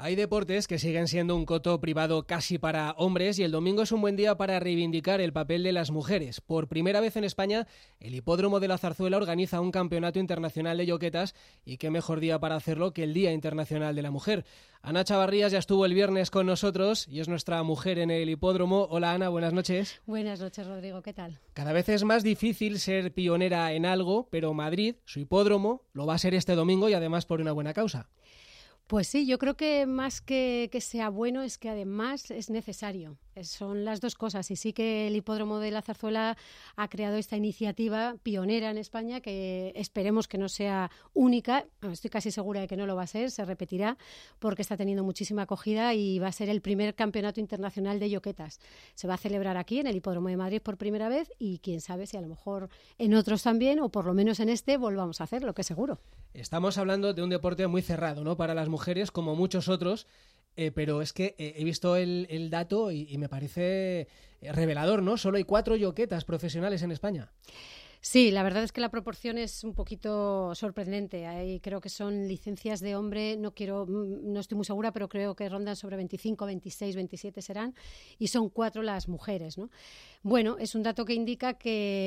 Hay deportes que siguen siendo un coto privado casi para hombres y el domingo es un buen día para reivindicar el papel de las mujeres. Por primera vez en España, el Hipódromo de la Zarzuela organiza un campeonato internacional de yoquetas y qué mejor día para hacerlo que el Día Internacional de la Mujer. Ana Chavarrías ya estuvo el viernes con nosotros y es nuestra mujer en el hipódromo. Hola Ana, buenas noches. Buenas noches, Rodrigo, ¿qué tal? Cada vez es más difícil ser pionera en algo, pero Madrid, su hipódromo, lo va a ser este domingo y además por una buena causa. Pues sí, yo creo que más que sea bueno es que además es necesario. Son las dos cosas y sí que el Hipódromo de la Zarzuela ha creado esta iniciativa pionera en España que esperemos que no sea única. Estoy casi segura de que no lo va a ser, se repetirá porque está teniendo muchísima acogida y va a ser el primer campeonato internacional de yoquetas. Se va a celebrar aquí en el Hipódromo de Madrid por primera vez y quién sabe si a lo mejor en otros también o por lo menos en este volvamos a hacerlo, que seguro. Estamos hablando de un deporte muy cerrado, ¿no? Para las mujeres, como muchos otros, pero es que he visto el dato y me parece revelador, ¿no? Solo hay 4 yoquetas profesionales en España. Sí, la verdad es que la proporción es un poquito sorprendente. Ahí creo que son licencias de hombre, no estoy muy segura, pero creo que rondan sobre 25, 26, 27 serán, y son 4 las mujeres, ¿no? Bueno, es un dato que indica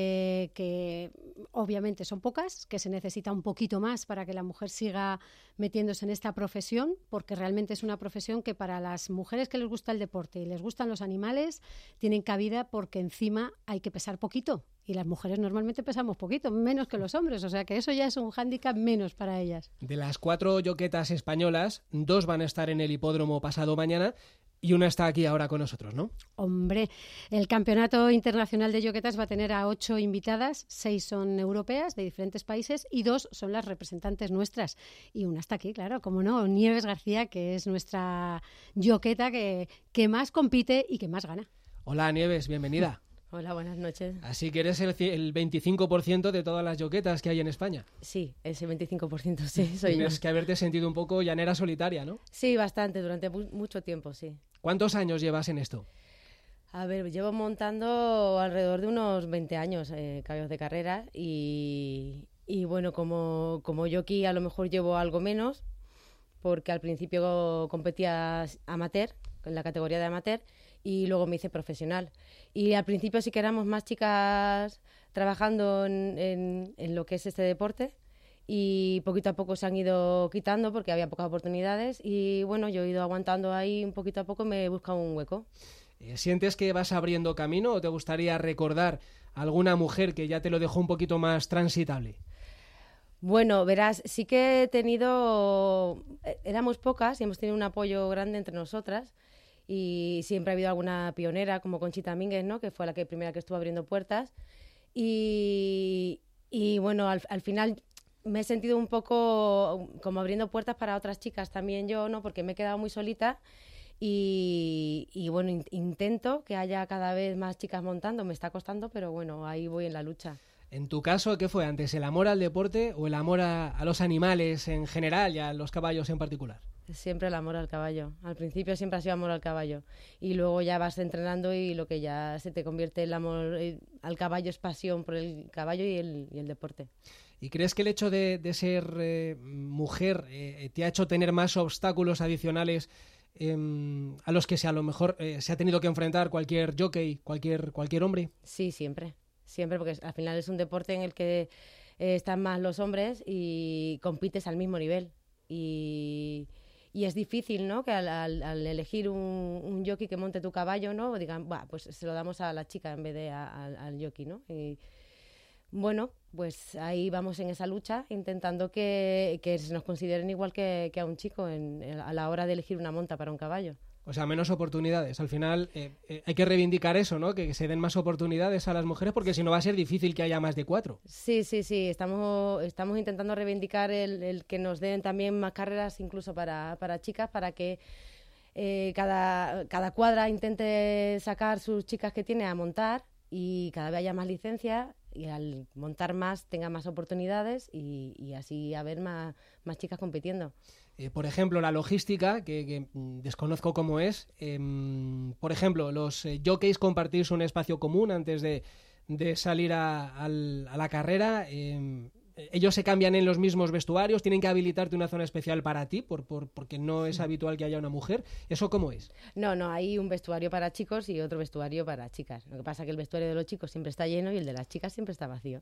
que obviamente son pocas, que se necesita un poquito más para que la mujer siga metiéndose en esta profesión, porque realmente es una profesión que para las mujeres que les gusta el deporte y les gustan los animales, tienen cabida porque encima hay que pesar poquito. Y las mujeres normalmente pesamos poquito, menos que los hombres, o sea que eso ya es un hándicap menos para ellas. De las 4 yoquetas españolas, 2 van a estar en el hipódromo pasado mañana y una está aquí ahora con nosotros, ¿no? Hombre, el Campeonato Internacional de Yoquetas va a tener a 8 invitadas, 6 son europeas de diferentes países y 2 son las representantes nuestras. Y una está aquí, claro, como no, Nieves García, que es nuestra yoqueta que más compite y que más gana. Hola Nieves, bienvenida. Hola, buenas noches. Así que eres el 25% de todas las yoquetas que hay en España. Sí, ese 25% sí, soy yo. Tienes que haberte sentido un poco llanera solitaria, ¿no? Sí, bastante, durante mucho tiempo, sí. ¿Cuántos años llevas en esto? A ver, llevo montando alrededor de unos 20 años caballos de carrera y bueno, como jockey a lo mejor llevo algo menos, porque al principio competía amateur, en la categoría de amateur, y luego me hice profesional. Y al principio sí que éramos más chicas trabajando en lo que es este deporte y poquito a poco se han ido quitando porque había pocas oportunidades y bueno, yo he ido aguantando ahí un poquito a poco, me he buscado un hueco. ¿Sientes que vas abriendo camino o te gustaría recordar a alguna mujer que ya te lo dejó un poquito más transitable? Bueno, verás, sí que he tenido... Éramos pocas y hemos tenido un apoyo grande entre nosotras y siempre ha habido alguna pionera como Conchita Mínguez, ¿no? Que fue la primera que estuvo abriendo puertas y bueno, al final me he sentido un poco como abriendo puertas para otras chicas también yo, ¿no? Porque me he quedado muy solita y bueno, intento que haya cada vez más chicas montando, me está costando, pero bueno, ahí voy en la lucha. En tu caso, ¿qué fue antes, el amor al deporte o el amor a los animales en general y a los caballos en particular? Siempre el amor al caballo. Al principio siempre ha sido amor al caballo. Y luego ya vas entrenando y lo que ya se te convierte el amor al caballo es pasión por el caballo y el deporte. ¿Y crees que el hecho de ser mujer te ha hecho tener más obstáculos adicionales a los que a lo mejor se ha tenido que enfrentar cualquier jockey, cualquier hombre? Sí, siempre. Siempre, porque al final es un deporte en el que están más los hombres y compites al mismo nivel. Y es difícil, ¿no? Que al elegir un jockey que monte tu caballo, ¿no? Digan, pues se lo damos a la chica en vez de al jockey, ¿no? Y bueno, pues ahí vamos en esa lucha, intentando que se nos consideren igual que a un chico a la hora de elegir una monta para un caballo. O sea, menos oportunidades. Al final hay que reivindicar eso, ¿no? Que se den más oportunidades a las mujeres porque si no va a ser difícil que haya más de 4. Sí. Estamos intentando reivindicar el que nos den también más carreras incluso para chicas, para que cada cuadra intente sacar sus chicas que tiene a montar y cada vez haya más licencias y al montar más tenga más oportunidades y así haber más chicas compitiendo. Por ejemplo, la logística, que desconozco cómo es. Por ejemplo, los jockeys compartís un espacio común antes de salir a la carrera. ellos se cambian en los mismos vestuarios, tienen que habilitarte una zona especial para ti, porque no es habitual que haya una mujer. ¿Eso cómo es? No, hay un vestuario para chicos y otro vestuario para chicas. Lo que pasa es que el vestuario de los chicos siempre está lleno y el de las chicas siempre está vacío.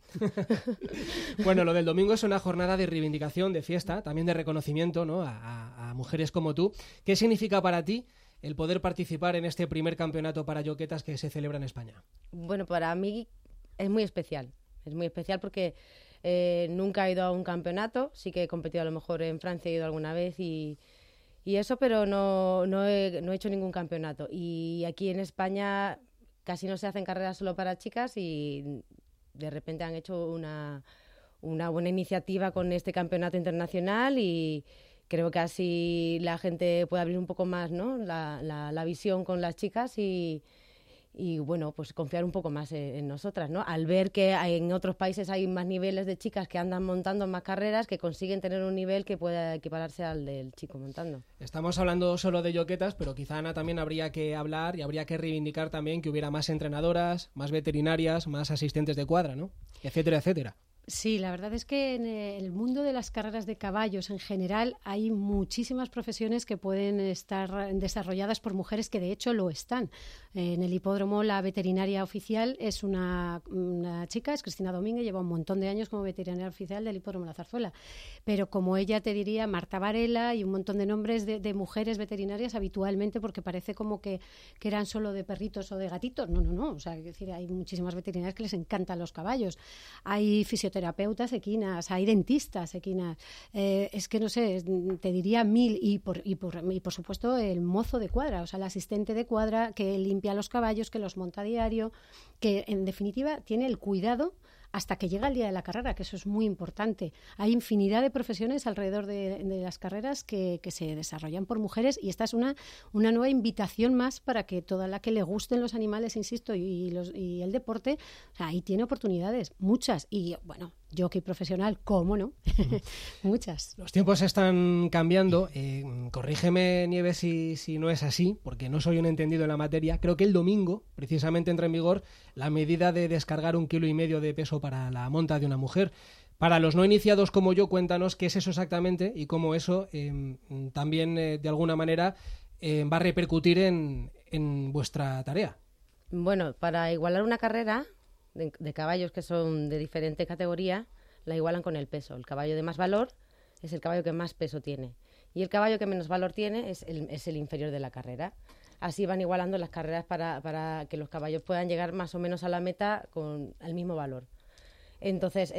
Bueno, lo del domingo es una jornada de reivindicación, de fiesta, también de reconocimiento, ¿no?, a mujeres como tú. ¿Qué significa para ti el poder participar en este primer campeonato para yoquetas que se celebra en España? Bueno, para mí es muy especial. Es muy especial porque nunca he ido a un campeonato. Sí que he competido a lo mejor en Francia, he ido alguna vez y eso, pero no he hecho ningún campeonato. Y aquí en España casi no se hacen carreras solo para chicas y de repente han hecho una buena iniciativa con este campeonato internacional y creo que así la gente puede abrir un poco más, ¿no?, la visión con las chicas y bueno, pues confiar un poco más en nosotras, ¿no? Al ver que en otros países hay más niveles de chicas que andan montando más carreras, que consiguen tener un nivel que pueda equipararse al del chico montando. Estamos hablando solo de yoquetas, pero quizá, Ana, también habría que hablar y habría que reivindicar también que hubiera más entrenadoras, más veterinarias, más asistentes de cuadra, ¿no?, etcétera, etcétera. Sí, la verdad es que en el mundo de las carreras de caballos en general hay muchísimas profesiones que pueden estar desarrolladas por mujeres que de hecho lo están. En el hipódromo la veterinaria oficial es una chica, es Cristina Domínguez, lleva un montón de años como veterinaria oficial del hipódromo La Zarzuela. Pero como ella te diría, Marta Varela y un montón de nombres de mujeres veterinarias habitualmente, porque parece como que eran solo de perritos o de gatitos. No. O sea, es decir, hay muchísimas veterinarias que les encantan los caballos. Hay fisioterapeutas equinas, hay dentistas equinas, es que no sé, te diría 1000 y por supuesto el mozo de cuadra, o sea, el asistente de cuadra que limpia los caballos, que los monta a diario, que en definitiva tiene el cuidado hasta que llega el día de la carrera, que eso es muy importante. Hay infinidad de profesiones alrededor de las carreras que se desarrollan por mujeres y esta es una nueva invitación más para que toda la que le gusten los animales, insisto, y el deporte, o sea, ahí tiene oportunidades, muchas. Y bueno, jockey profesional, ¿cómo no? Muchas. Los tiempos están cambiando. Corrígeme, Nieves, si no es así, porque no soy un entendido en la materia. Creo que el domingo, precisamente, entra en vigor la medida de descargar 1,5 kilos de peso para la monta de una mujer. Para los no iniciados como yo, cuéntanos qué es eso exactamente y cómo eso también, de alguna manera, va a repercutir en vuestra tarea. Bueno, para igualar una carrera de caballos que son de diferente categoría, la igualan con el peso. El caballo de más valor es el caballo que más peso tiene y el caballo que menos valor tiene es el inferior de la carrera. Así van igualando las carreras para que los caballos puedan llegar más o menos a la meta con el mismo valor. Entonces,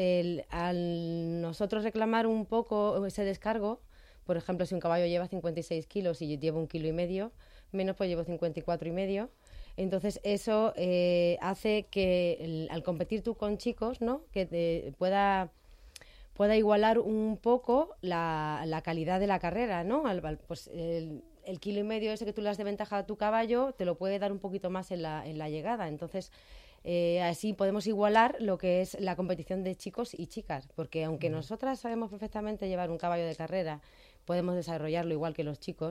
al nosotros reclamar un poco ese descargo, por ejemplo, si un caballo lleva 56 kilos y lleva 1,5 kilos, menos pues llevo 54,5. Entonces eso hace que al competir tú con chicos, ¿no?, que te pueda igualar un poco la calidad de la carrera, ¿no? Pues el 1,5 kilos ese que tú le das de ventaja a tu caballo te lo puede dar un poquito más en la llegada. Entonces así podemos igualar lo que es la competición de chicos y chicas, porque aunque nosotras sabemos perfectamente llevar un caballo de carrera, podemos desarrollarlo igual que los chicos.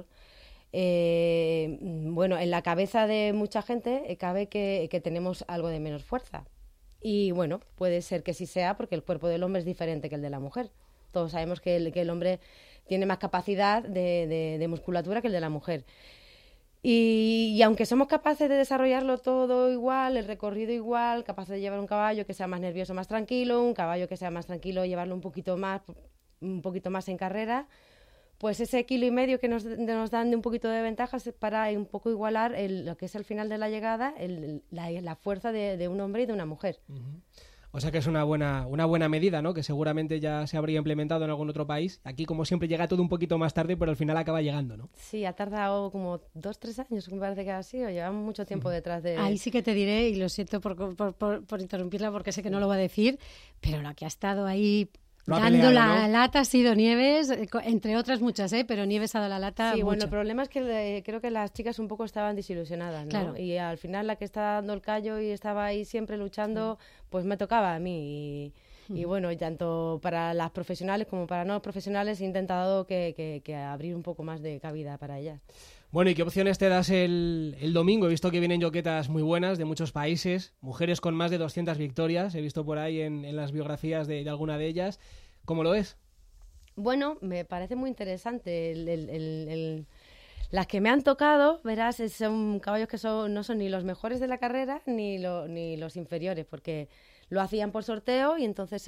Bueno, en la cabeza de mucha gente cabe que tenemos algo de menos fuerza y bueno, puede ser que sí sea porque el cuerpo del hombre es diferente que el de la mujer. Todos sabemos que el hombre tiene más capacidad de musculatura que el de la mujer y aunque somos capaces de desarrollarlo todo igual, el recorrido igual, capaces de llevar un caballo que sea más nervioso, más tranquilo, un caballo que sea más tranquilo, llevarlo un poquito más en carrera, pues ese 1,5 kilos que nos dan de un poquito de ventaja es para un poco igualar lo que es el final de la llegada, la fuerza de un hombre y de una mujer. Uh-huh. O sea que es una buena medida, ¿no?, que seguramente ya se habría implementado en algún otro país. Aquí, como siempre, llega todo un poquito más tarde, pero al final acaba llegando, ¿no? Sí, ha tardado como 2-3 años, me parece que ha sido. Llevamos mucho tiempo detrás de... Ahí sí que te diré, y lo siento por interrumpirla porque sé que no lo va a decir, pero la que ha estado ahí... dando la lata ha sido Nieves, entre otras muchas, pero Nieves ha dado la lata. Sí, mucho. Bueno, el problema es que creo que las chicas un poco estaban desilusionadas, ¿no? Claro. Y al final la que está dando el callo y estaba ahí siempre luchando, pues me tocaba a mí. Y bueno, tanto para las profesionales como para no profesionales he intentado que abrir un poco más de cabida para ellas. Bueno, ¿y qué opciones te das el domingo? He visto que vienen yoquetas muy buenas de muchos países, mujeres con más de 200 victorias, he visto por ahí en las biografías de alguna de ellas. ¿Cómo lo es? Bueno, me parece muy interesante. Las que me han tocado, verás, son caballos que no son ni los mejores de la carrera ni los inferiores, porque lo hacían por sorteo y entonces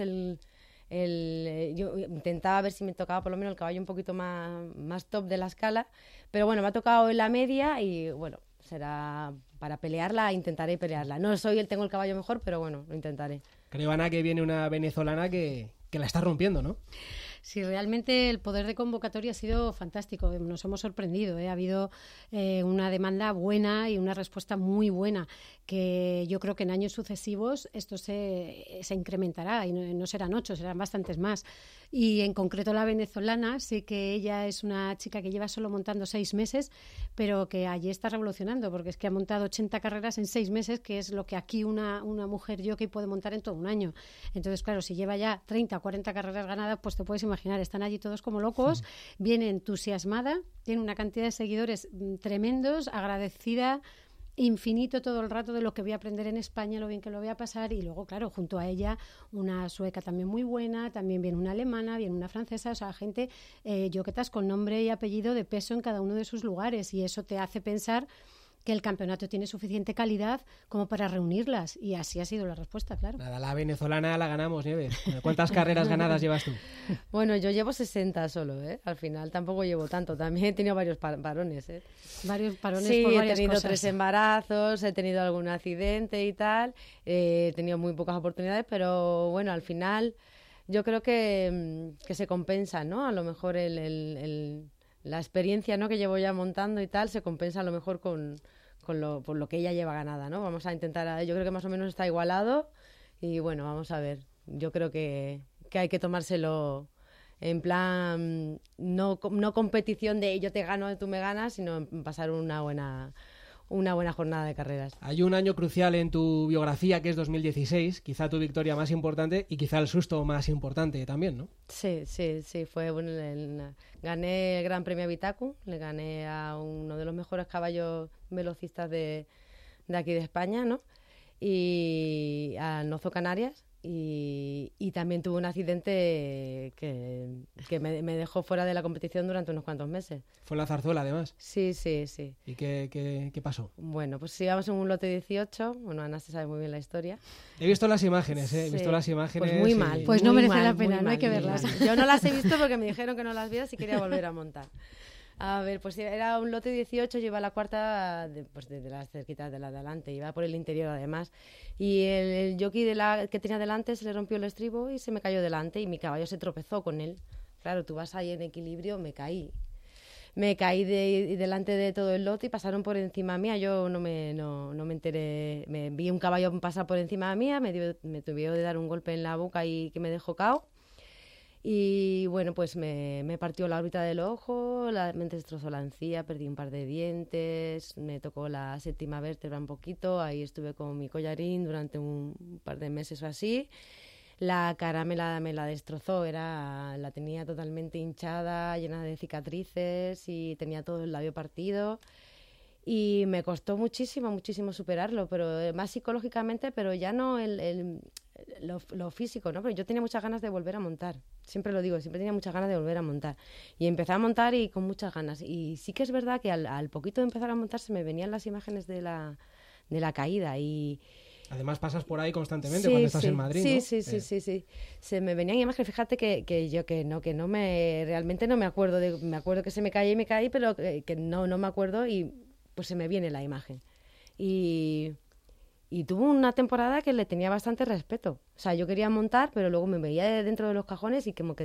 yo intentaba ver si me tocaba por lo menos el caballo un poquito más top de la escala, pero bueno, me ha tocado en la media y bueno, será para pelearla, intentaré pelearla. No tengo el caballo mejor, pero bueno, lo intentaré. Creo, Ana, que viene una venezolana que la está rompiendo, ¿no? Sí, realmente el poder de convocatoria ha sido fantástico, nos hemos sorprendido, ¿eh? Ha habido una demanda buena y una respuesta muy buena, que yo creo que en años sucesivos esto se incrementará y no serán 8, serán bastantes más. Y en concreto la venezolana, sé que ella es una chica que lleva solo montando 6 meses, pero que allí está revolucionando, porque es que ha montado 80 carreras en 6 meses, que es lo que aquí una mujer jockey puede montar en todo un año. Entonces, claro, si lleva ya 30 o 40 carreras ganadas, pues te puedes imaginar, están allí todos como locos, viene entusiasmada, tiene una cantidad de seguidores tremendos, agradecida infinito todo el rato de lo que voy a aprender en España, lo bien que lo voy a pasar, y luego, claro, junto a ella una sueca también muy buena, también viene una alemana, viene una francesa, o sea, gente yoquetas con nombre y apellido de peso en cada uno de sus lugares, y eso te hace pensar que el campeonato tiene suficiente calidad como para reunirlas, y así ha sido la respuesta, claro. Nada, la venezolana la ganamos, Nieves. ¿Cuántas carreras ganadas llevas tú? Bueno, yo llevo 60 solo, ¿eh? Al final tampoco llevo tanto, también he tenido varios parones, ¿eh? Varios parones sí, por varias he tenido cosas. 3 embarazos, he tenido algún accidente y tal, he tenido muy pocas oportunidades, pero bueno, al final yo creo que se compensa, ¿no? A lo mejor la experiencia, ¿no?, que llevo ya montando y tal, se compensa a lo mejor por lo que ella lleva ganada, ¿no? Vamos a intentar, yo creo que más o menos está igualado y bueno, vamos a ver. Yo creo que hay que tomárselo en plan, no competición de yo te gano, tú me ganas, sino pasar una buena jornada de carreras. Hay un año crucial en tu biografía que es 2016, quizá tu victoria más importante y quizá el susto más importante también, ¿no? Sí, fue bueno, gané el Gran Premio Vitacum, le gané a uno de los mejores caballos velocistas de aquí de España, ¿no? Y a Nozo Canarias. Y también tuve un accidente que me dejó fuera de la competición durante unos cuantos meses. Fue en la Zarzuela, además. Sí. ¿Y qué pasó? Bueno, pues íbamos en un lote 18. Bueno, Ana se sabe muy bien la historia. He visto las imágenes, Sí. He visto las imágenes. Pues muy mal. Pues no merece la pena, no hay que verlas. Yo no las he visto porque me dijeron que no las viera si quería volver a montar. A ver, pues era un lote 18, yo iba a la cuarta de las cerquitas de la de adelante, iba por el interior además. Y el jockey que tenía delante se le rompió el estribo y se me cayó delante y mi caballo se tropezó con él. Claro, tú vas ahí en equilibrio, me caí delante de todo el lote y pasaron por encima mía. Yo no me enteré, me vi un caballo pasar por encima mía, me tuvo de dar un golpe en la boca y que me dejó cao. Y bueno, pues me partió la órbita del ojo, me destrozó la encía, perdí un par de dientes, me tocó la séptima vértebra un poquito, ahí estuve con mi collarín durante un par de meses o así. La cara me la destrozó, la tenía totalmente hinchada, llena de cicatrices y tenía todo el labio partido. Y me costó muchísimo superarlo, pero más psicológicamente, pero ya no lo físico, ¿no? Pero yo tenía muchas ganas de volver a montar, siempre lo digo, siempre tenía muchas ganas de volver a montar. Y empecé a montar y con muchas ganas. Y sí que es verdad que al poquito de empezar a montar se me venían las imágenes de la caída y... Además pasas por ahí constantemente cuando estás en Madrid, ¿no? Sí. Se me venían imágenes. Fíjate que yo realmente no me acuerdo. Me acuerdo que se me caí, pero que no me acuerdo y pues se me viene la imagen. Y tuvo una temporada que le tenía bastante respeto. O sea, yo quería montar, pero luego me veía dentro de los cajones y como que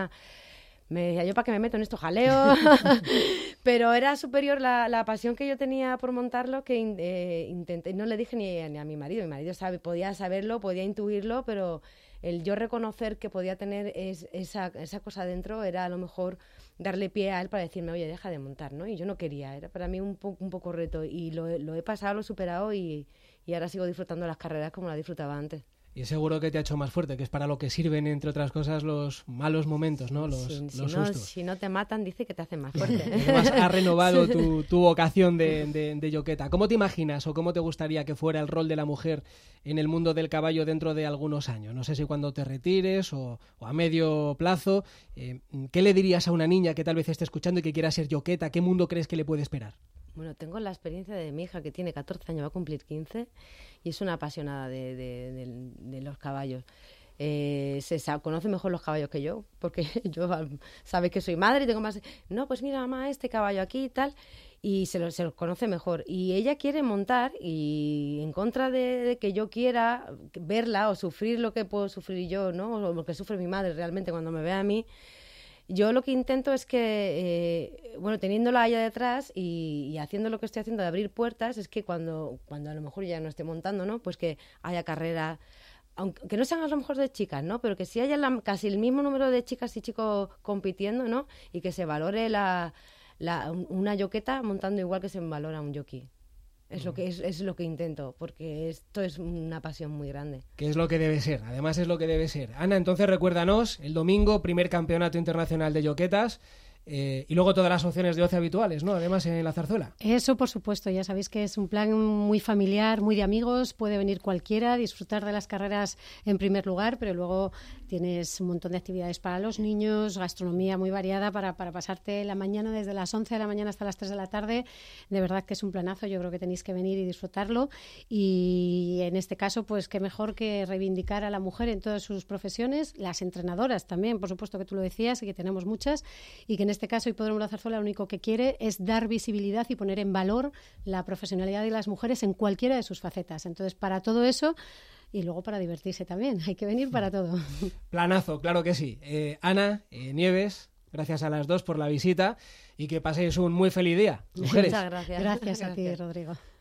me decía yo, ¿para qué me meto en estos jaleos? Pero era superior la pasión que yo tenía por montarlo que intenté, no le dije ni a mi marido. Mi marido podía saberlo, podía intuirlo, pero el yo reconocer que podía tener esa cosa dentro era a lo mejor darle pie a él para decirme, oye, deja de montar, ¿no? Y yo no quería, era para mí un poco reto y lo he pasado, lo he superado y ahora sigo disfrutando las carreras como las disfrutaba antes. y seguro que te ha hecho más fuerte, que es para lo que sirven, entre otras cosas, los malos momentos, ¿no? Los sustos. Si no te matan, dice que te hacen más fuerte. Además, ha renovado tu vocación de jocketa. ¿Cómo te imaginas o cómo te gustaría que fuera el rol de la mujer en el mundo del caballo dentro de algunos años? No sé si cuando te retires o a medio plazo. ¿Qué le dirías a una niña que tal vez esté escuchando y que quiera ser jocketa? ¿Qué mundo crees que le puede esperar? Bueno, tengo la experiencia de mi hija, que tiene 14 años, va a cumplir 15, y es una apasionada de los caballos. Conoce mejor los caballos que yo, porque yo sabe que soy madre y tengo más... No, pues mira, mamá, este caballo aquí y tal, y se los conoce mejor. Y ella quiere montar, y en contra de que yo quiera verla o sufrir lo que puedo sufrir yo, ¿no? O lo que sufre mi madre realmente cuando me ve a mí. Yo lo que intento es que, teniéndola allá detrás y haciendo lo que estoy haciendo de abrir puertas, es que cuando a lo mejor ya no esté montando, ¿no? Pues que haya carrera, aunque no sean a lo mejor de chicas, ¿no? Pero que sí haya casi el mismo número de chicas y chicos compitiendo, ¿no? Y que se valore una jocketa montando igual que se valora un jockey. Es lo que intento, porque esto es una pasión muy grande. Que es lo que debe ser, además es lo que debe ser. Ana, entonces recuérdanos, el domingo, primer campeonato internacional de joquetas, y luego todas las opciones de ocio habituales, ¿no? Además en la Zarzuela. Eso, por supuesto, ya sabéis que es un plan muy familiar, muy de amigos, puede venir cualquiera, disfrutar de las carreras en primer lugar, pero luego tienes un montón de actividades para los niños, gastronomía muy variada para pasarte la mañana desde las 11 de la mañana hasta las 3 de la tarde. De verdad que es un planazo, yo creo que tenéis que venir y disfrutarlo, y en este caso, pues qué mejor que reivindicar a la mujer en todas sus profesiones, las entrenadoras también, por supuesto que tú lo decías, y que tenemos muchas, y que en este caso Hipódromo La Zarzuela lo único que quiere es dar visibilidad y poner en valor la profesionalidad de las mujeres en cualquiera de sus facetas. Entonces, para todo eso, y luego para divertirse también, hay que venir para todo. Planazo, claro que sí. Ana, Nieves, gracias a las dos por la visita y que paséis un muy feliz día, mujeres. Muchas gracias. Gracias a ti, Rodrigo.